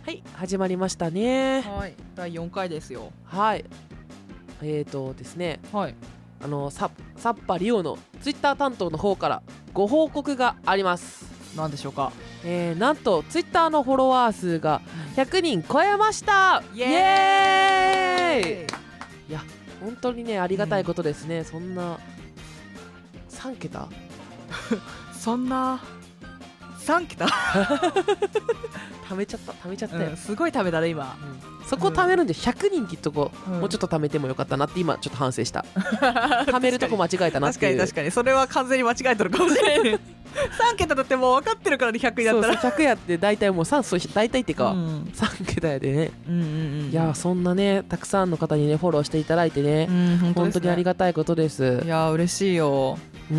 はい、始まりましたね。 はい、第4回ですよ。 はい。ですね、 はい。 サッパリオのツイッター担当の方からご報告があります。 何でしょうか。 なんとツイッターのフォロワー数が100人超えました。 イエーイ。 いや、本当にね、ありがたいことですね。そんな3桁そんな3桁貯めちゃったよ、 すごい食べたね今、 そこ貯めるんで100人ってとこ、もうちょっと貯めてもよかったなって今ちょっと反省した貯めるとこ間違えたなっていう。 確かにそれは完全に間違えてるかもしれない3桁だってもう分かってるからね、100になったら。 そう100やって大体もう大体ってか、3桁やでね、いやそんなねたくさんの方にねフォローしていただいてね、本当にありがたいことです。 いや嬉しいよ。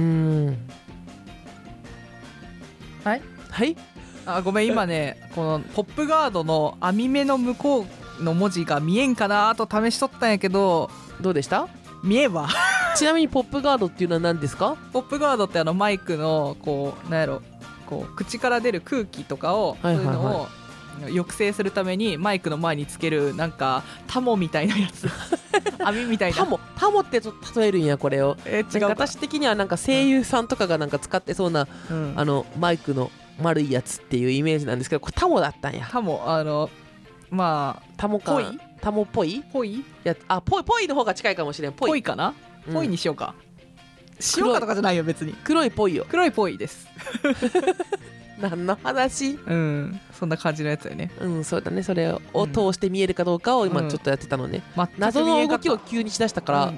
はいあ、ごめん今ねこのポップガードの網目の向こうの文字が見えんかなと試しとったんやけど、 どうでした？ 見えんわちなみにポップガードっていうのは何ですか？ ポップガードってマイクのこうなんやろ、こう口から出る空気とかを、そういうのを抑制するためにマイクの前につけるなんかタモみたいなやつ網みたいな。 タモって例えるんやこれを。 違うか。 私的にはなんか声優さんとかがなんか使ってそうな、マイクの丸いやつっていうイメージなんですけど、これタモだったんや。 タモまあタモかタモっぽいぽいいや、ぽいの方が近いかもしれん。 ぽいかな、ぽいにしようか。しようかとかじゃないよ別に。 黒いぽいよ。 黒いぽいです何の話？ そんな感じのやつだよね。 そうだね。それを通して見えるかどうかを今ちょっとやってたのね。謎の動きを急にしだしたから、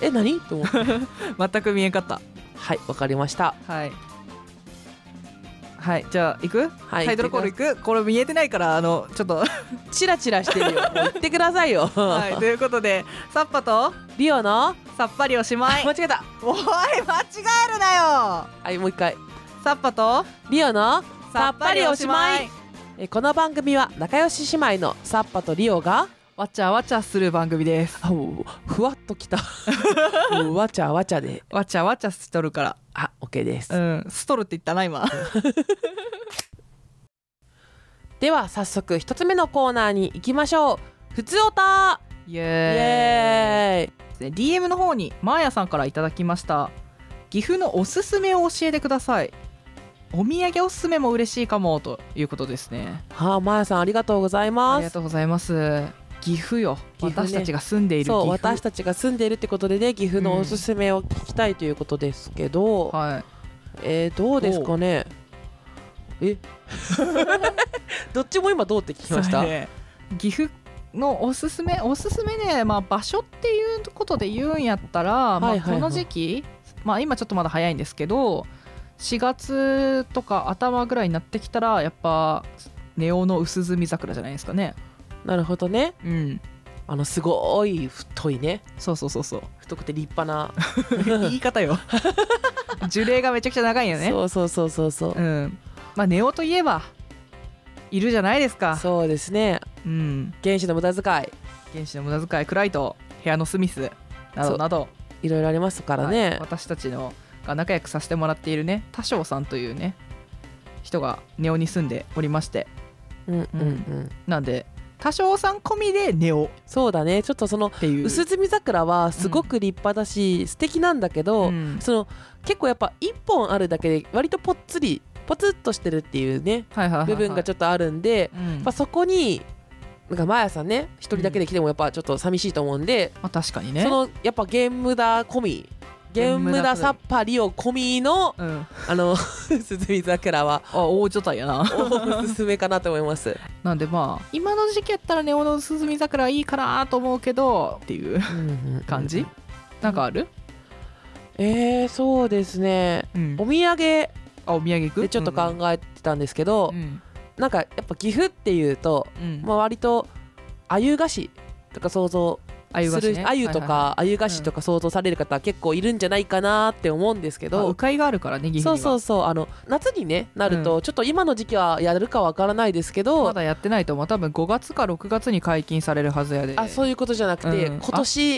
何と思って全く見えんかった。 はい、わかりました。 はい、じゃあ行く？タイトルコール行く？これ見えてないからちょっとチラチラしてるよ。もう言ってくださいよはい、ということでサッパとリオのさっぱりおしまい。 間違えた。 おい間違えるなよ。 はい、もう一回。 サッパとリオのさっぱりおしまい。この番組は仲良し姉妹のサッパとリオがわちゃわちゃする番組です。 ふわっときたわちゃわちゃでわちゃわちゃしとるから。 OK です。 ストルって言ったな今では早速一つ目のコーナーに行きましょう。ふつおた。 イエーイ。DM の方にマーヤさんからいただきました。岐阜のおすすめを教えてください。お土産おすすめも嬉しいかもということですね。 マーヤさんありがとうございます。 ありがとうございます。岐阜よ、私たちが住んでいる岐阜。 そう、私たちが住んでいるってことでね、岐阜のおすすめを聞きたいということですけど、どうですかね。どっちも今どうって聞きました？ 岐阜のおすすめね、場所っていうことで言うんやったら、この時期、今ちょっとまだ早いんですけど、4月とか頭ぐらいになってきたらやっぱネオの薄墨桜じゃないですかね。 なるほどね。すごい太いね。 そう太くて立派な言い方よ樹齢がめちゃくちゃ長いよね。 そう。 ネオといえばいるじゃないですか。 そうですね。原子の無駄遣い、 クライト、部屋のスミスなどなどいろいろありますからね。 私たちのが仲良くさせてもらっているね、多少さんというね人がネオに住んでおりまして、なんで多少さん込みでネオ。 そうだね。ちょっとその薄墨桜はすごく立派だし、素敵なんだけど、その結構やっぱ一本あるだけで割とポツッとしてるっていうね、部分がちょっとあるんで、そこになんかマヤさんね一人だけで来てもやっぱちょっと寂しいと思うんで、 確かにね。 そのやっぱゲームだ込み、ゲームだサッパリオ込みの薄墨桜は大所帯やなおすすめかなと思います。 なんで今の時期やったらネオの薄墨桜いいかなと思うけどっていう感じ。なんかある？ そうですね、お土産でちょっと考えてたんですけど、なんかやっぱ岐阜っていうと、割と鮎菓子とか想像する、鮎とか鮎菓子とか想像される方は結構いるんじゃないかなって思うんですけど、 鵜飼があるからね岐阜には。 そう夏にねなると、ちょっと今の時期はやるかわからないですけど、 まだやってないと思う。多分5月か6月に解禁されるはずやで。 そういうことじゃなくて、今年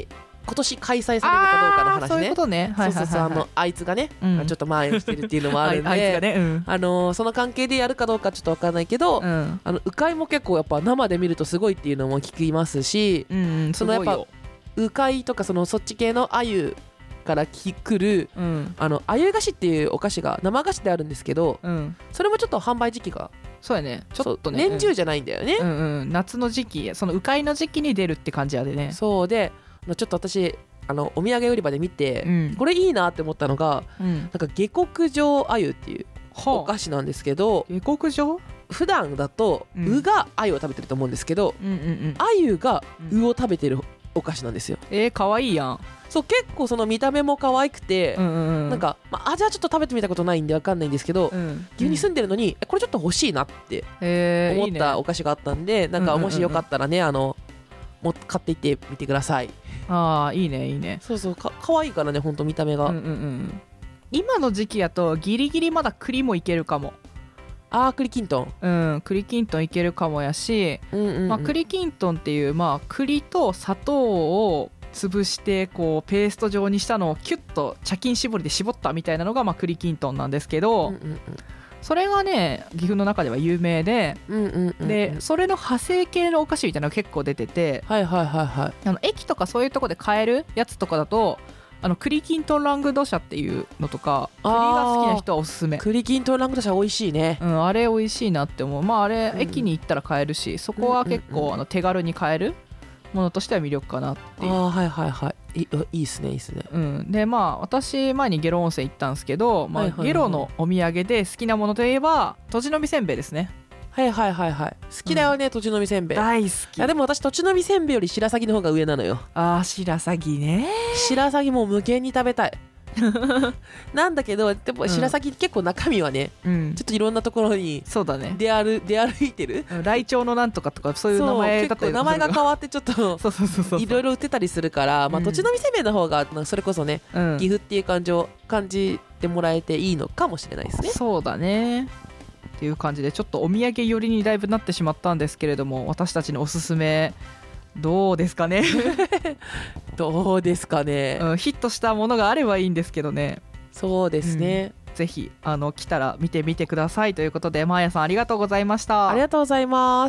今年開催されるかどうかの話ね。 そういうことね。はいはいはいはい、 そうそうあいつがね、ちょっと蔓延してるっていうのもあるんであいつがね、 その関係でやるかどうかちょっと分からないけど、鵜飼も結構やっぱ生で見るとすごいっていうのも聞きますし、そのやっぱ鵜飼とかそっち系の鮎から来る、鮎菓子っていうお菓子が生菓子であるんですけど、それもちょっと販売時期がそうやね、ちょっとね年中じゃないんだよね、 夏の時期、その鵜飼の時期に出るって感じやでね。 そうでちょっと私お土産売り場で見て、これいいなって思ったのが、なんか下克上鮎っていうお菓子なんですけど、 下克上普段だと鵜が鮎を食べてると思うんですけど、鮎が鵜を食べてるお菓子なんですよ。 かわいいやん。 そう結構その見た目も可愛くて、なんか、味はちょっと食べてみたことないんで分かんないんですけど、岐阜に住んでるのにこれちょっと欲しいなって思ったお菓子があったんで、なんかもしよかったらねもう買っていってみてください。 いいねいいね。 そう可愛いからね、ほんと見た目が、 今の時期やとギリギリまだ栗もいけるかも。 栗きんとん、 栗きんとんいけるかもやし、栗きんとんっていう、栗と砂糖を潰してこうペースト状にしたのをキュッと茶巾絞りで絞ったみたいなのが栗きんとんなんですけど、それがね岐阜の中では有名で、でそれの派生系のお菓子みたいなのが結構出てて、駅とかそういうとこで買えるやつとかだと栗きんとんラングドシャっていうのとか、栗が好きな人はおすすめ。 栗きんとんラングドシャ美味しいね。 あれ美味しいなって思う。あれ、駅に行ったら買えるし、そこは結構手軽に買えるものとしては魅力かなっていう。 いいっすねいいっすね。 で私前に下呂温泉行ったんですけど、下呂のお土産で好きなものといえばとちのみせんべいですね。 好きだよね、とちのみせんべい大好き。 でも私とちのみせんべいより白鷺の方が上なのよ。 白鷺ね。 白鷺も無限に食べたいなんだけどでも白鷺結構中身はね、ちょっといろんなところにそうだね出歩いてる、 ライチョウのなんとかとかそういう名前だったり、 名前が変わってちょっといろいろ売ってたりするから、とちのみせんべいの方がそれこそね、岐阜っていう感じてもらえていいのかもしれないですね。 そうだねっていう感じで、ちょっとお土産寄りにだいぶなってしまったんですけれども、私たちのおすすめどうですかねどうですかね、 ヒットしたものがあればいいんですけどね。 そうですね、 ぜひ来たら見てみてくださいということで、まーやさんありがとうございました。 ありがとうございます。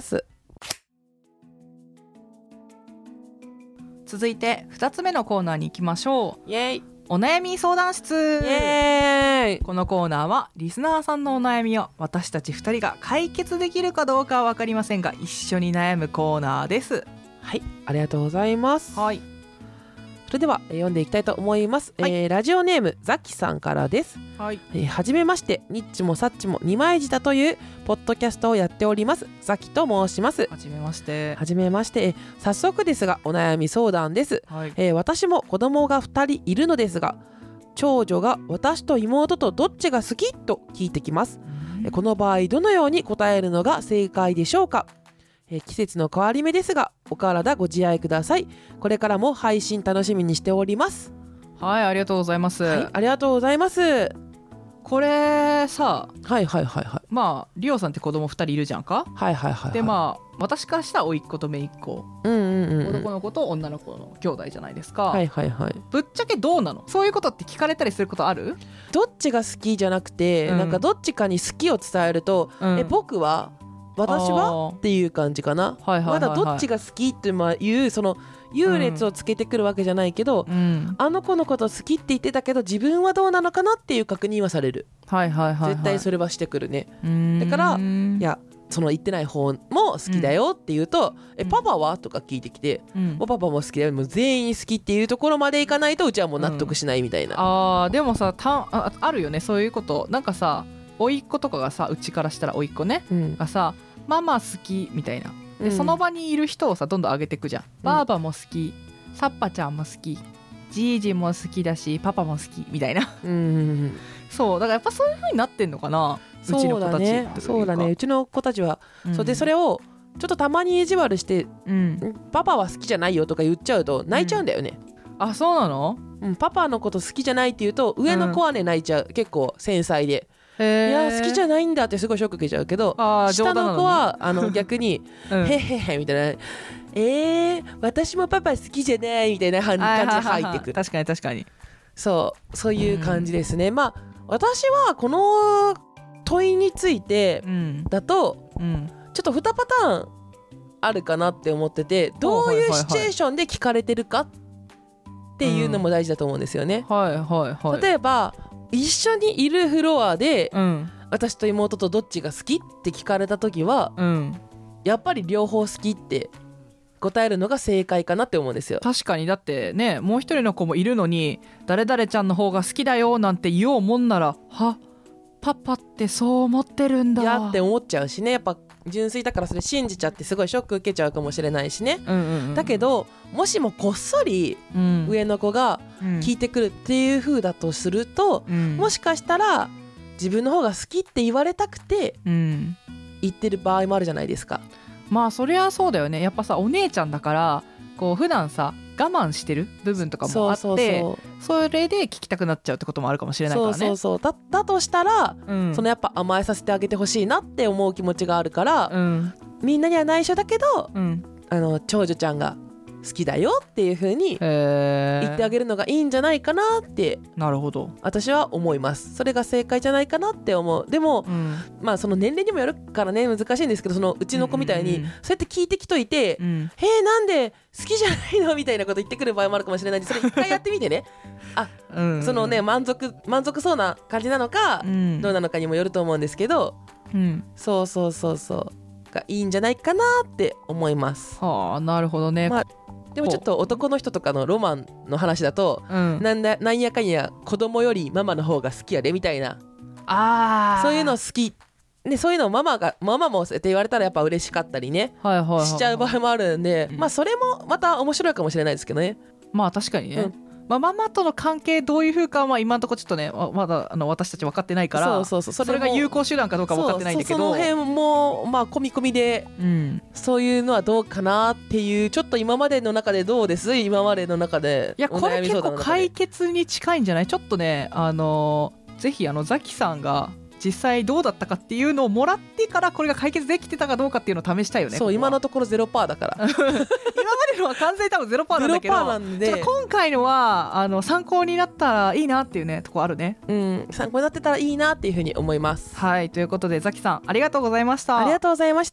続いて2つ目のコーナーに行きましょう。 イエイ。 お悩み相談室。 イエーイ。 このコーナーはリスナーさんのお悩みを私たち2人が解決できるかどうかは分かりませんが一緒に悩むコーナーです。 はい、ありがとうございます。 はい、 それでは読んでいきたいと思います。 はい、 ラジオネームザキさんからです。 はい、 はじめまして、ニッチもサッチも二枚舌というポッドキャストをやっておりますザキと申します。 はじめまして。 はじめまして。早速ですがお悩み相談です。 はい、 私も子供が2人いるのですが、長女が私と妹とどっちが好きと聞いてきます。この場合どのように答えるのが正解でしょうか。季節の変わり目ですがお体ご自愛ください。これからも配信楽しみにしております。 はい、ありがとうございます。 はい、ありがとうございます。 これさ、リオさんって子供2人いるじゃんか。で私からしたら甥っ子と姪っ子、男の子と女の子の兄弟じゃないですか。ぶっちゃけどうなの？そういうことって聞かれたりすることある？ どっちが好きじゃなくて、なんかどっちかに好きを伝えると、僕は私はっていう感じかな。まだどっちが好きっていうその優劣をつけてくるわけじゃないけど、あの子のこと好きって言ってたけど自分はどうなのかなっていう確認はされる。絶対それはしてくるね。だからいやその言ってない方も好きだよって言うと、パパはとか聞いてきて、パパも好きだよ、もう全員好きっていうところまでいかないとうちはもう納得しないみたいな。 でもさあるよねそういうこと。なんかさ甥っ子とかがさ、うちからしたら甥っ子ね、がさママ好きみたいなで、その場にいる人をさどんどん上げていくじゃん。ばあばも好き、サッパちゃんも好き、じいじも好きだしパパも好きみたいなそうだからやっぱそういう風になってんのかな、うちの子たち。 そうだね、うちの子たちは、そうでそれをちょっとたまに意地悪して、パパは好きじゃないよとか言っちゃうと泣いちゃうんだよね。 あ、そうなの？ パパのこと好きじゃないって言うと上の子はね泣いちゃう。結構繊細で、いや好きじゃないんだってすごいショック受けちゃうけど、下の子は逆にへへへみたいな、 私もパパ好きじゃないみたいな感じで入ってくる。 確かに確かに。 そういう感じですね。まあ私はこの問いについてだと、ちょっと2パターンあるかなって思ってて、どういうシチュエーションで聞かれてるかっていうのも大事だと思うんですよね。例えば一緒にいるフロアで、私と妹とどっちが好きって聞かれた時は、やっぱり両方好きって答えるのが正解かなって思うんですよ。 確かに。だってね、もう一人の子もいるのに誰々ちゃんの方が好きだよなんて言おうもんなら、はパパってそう思ってるんだいやって思っちゃうしね。やっぱ純粋だからそれ信じちゃってすごいショック受けちゃうかもしれないしね、だけどもしもこっそり上の子が聞いてくるっていう風だとすると、もしかしたら自分の方が好きって言われたくて言ってる場合もあるじゃないですか。 まあそりゃそうだよね。やっぱさ、お姉ちゃんだからこう普段さ我慢してる部分とかもあって、それで聞きたくなっちゃうってこともあるかもしれないからね。 だとしたら、そのやっぱ甘えさせてあげてほしいなって思う気持ちがあるから、みんなには内緒だけど、長女ちゃんが好きだよっていう風に言ってあげるのがいいんじゃないかなって私は思います。それが正解じゃないかなって思う。でも、まあその年齢にもよるからね難しいんですけど、そのうちの子みたいにそうやって聞いてきといて、なんで好きじゃないのみたいなこと言ってくる場合もあるかもしれないんで、それ一回やってみてねそのね満足そうな感じなのか、どうなのかにもよると思うんですけど、そうがいいんじゃないかなって思います。 なるほどね。 でもちょっと男の人とかのロマンの話だと、なんやかんや子供よりママの方が好きやでみたいな、そういうの好き、ね、そういうのをママもそうやって言われたらやっぱ嬉しかったりね、しちゃう場合もあるんで、まあそれもまた面白いかもしれないですけどね。 まあ確かにね、ママとの関係どういう風かは今のところちょっとねまだ私たち分かってないから、それが有効手段かどうか分かってないんだけど、 その辺もまあ込み込みで、そういうのはどうかなっていう、ちょっと今までの中でどうです？今までの中で。 いやこれ結構解決に近いんじゃない？ちょっとねぜひザキさんが実際どうだったかっていうのをもらってから、これが解決できてたかどうかっていうのを試したいよね。 今のところ 0% だから今までのは完全に多分 0% なんだけど、 なんで今回のは参考になったらいいなっていうねとこあるね。 参考になってたらいいなっていうふうに思います。 はい、ということでザキさんありがとうございました。 ありがとうございました。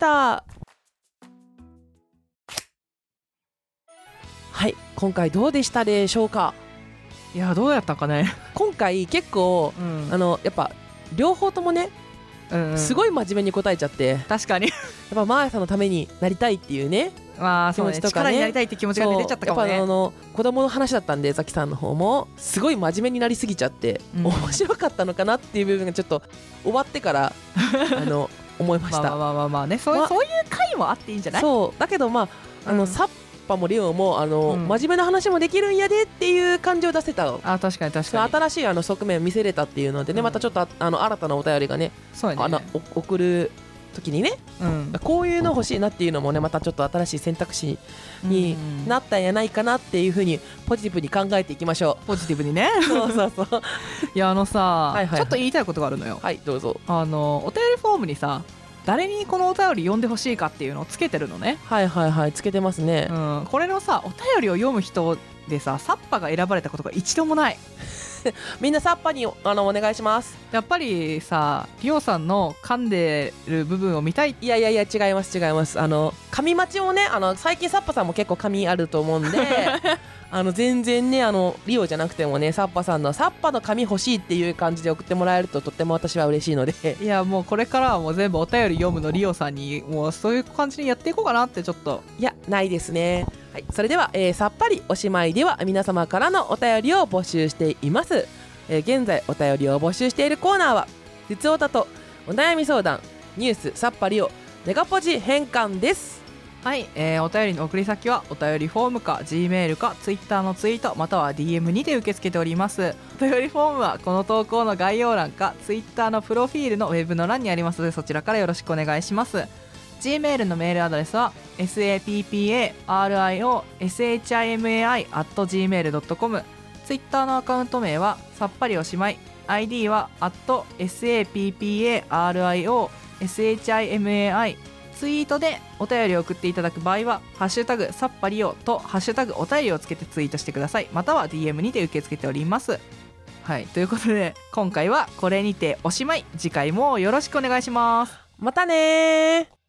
はい、今回どうでしたでしょうか。 いやどうやったかね。 今回結構、やっぱ両方ともね、すごい真面目に答えちゃって、 確かにやっぱマーヤさんのためになりたいっていうね、 気持ちとかね、力になりたいって気持ちが出ちゃったかもね。 やっぱ子供の話だったんで、ザキさんの方もすごい真面目になりすぎちゃって、面白かったのかなっていう部分がちょっと終わってから思いました。 まあね、そういう回もあっていいんじゃない？ そうだけどサッパもリオも真面目な話もできるんやでっていう感じを出せた。 確かに新しい側面を見せれたっていうのでね、またちょっと新たなお便りがね、送る時にね、こういうの欲しいなっていうのもね、またちょっと新しい選択肢になったんやないかなっていうふうにポジティブに考えていきましょう。 ポジティブにねそういやさ、ちょっと言いたいことがあるのよ。 はい、どうぞ。 お便りフォームにさ、誰にこのお便り読んでほしいかっていうのをつけてるのね。 つけてますね。 これのさお便りを読む人でさ、サッパが選ばれたことが一度もないみんなサッパにお願いします。 やっぱりさ、リオさんの噛んでる部分を見たい。 いや違います。噛み待ちもね、最近サッパさんも結構噛みあると思うんで全然ね、リオじゃなくてもね、サッパさんのサッパの紙欲しいっていう感じで送ってもらえるととっても私は嬉しいのでいやもうこれからはもう全部お便り読むのリオさんにもうそういう感じにやっていこうかなって。ちょっといやないですね。はい、それでは、さっぱりおしまいでは皆様からのお便りを募集しています。現在お便りを募集しているコーナーはふつおたとお悩み相談、ニュース、さっぱりをネガポジ変換です。 はい、お便りの送り先はお便りフォームか G メールか Twitter のツイートまたは DM にて受け付けております。お便りフォームはこの投稿の概要欄か Twitter のプロフィールのウェブの欄にありますので、そちらからよろしくお願いします。 G メールのメールアドレスは sappariosHIMAI@gmail.com、 Twitter のアカウント名はさっぱりおしまい、 ID は@sappariosHIMAI、 ツイートでお便りを送っていただく場合はハッシュタグさっぱりよとハッシュタグお便りをつけてツイートしてください。または DM にて受け付けております。はい、ということで今回はこれにておしまい。次回もよろしくお願いします。 またね。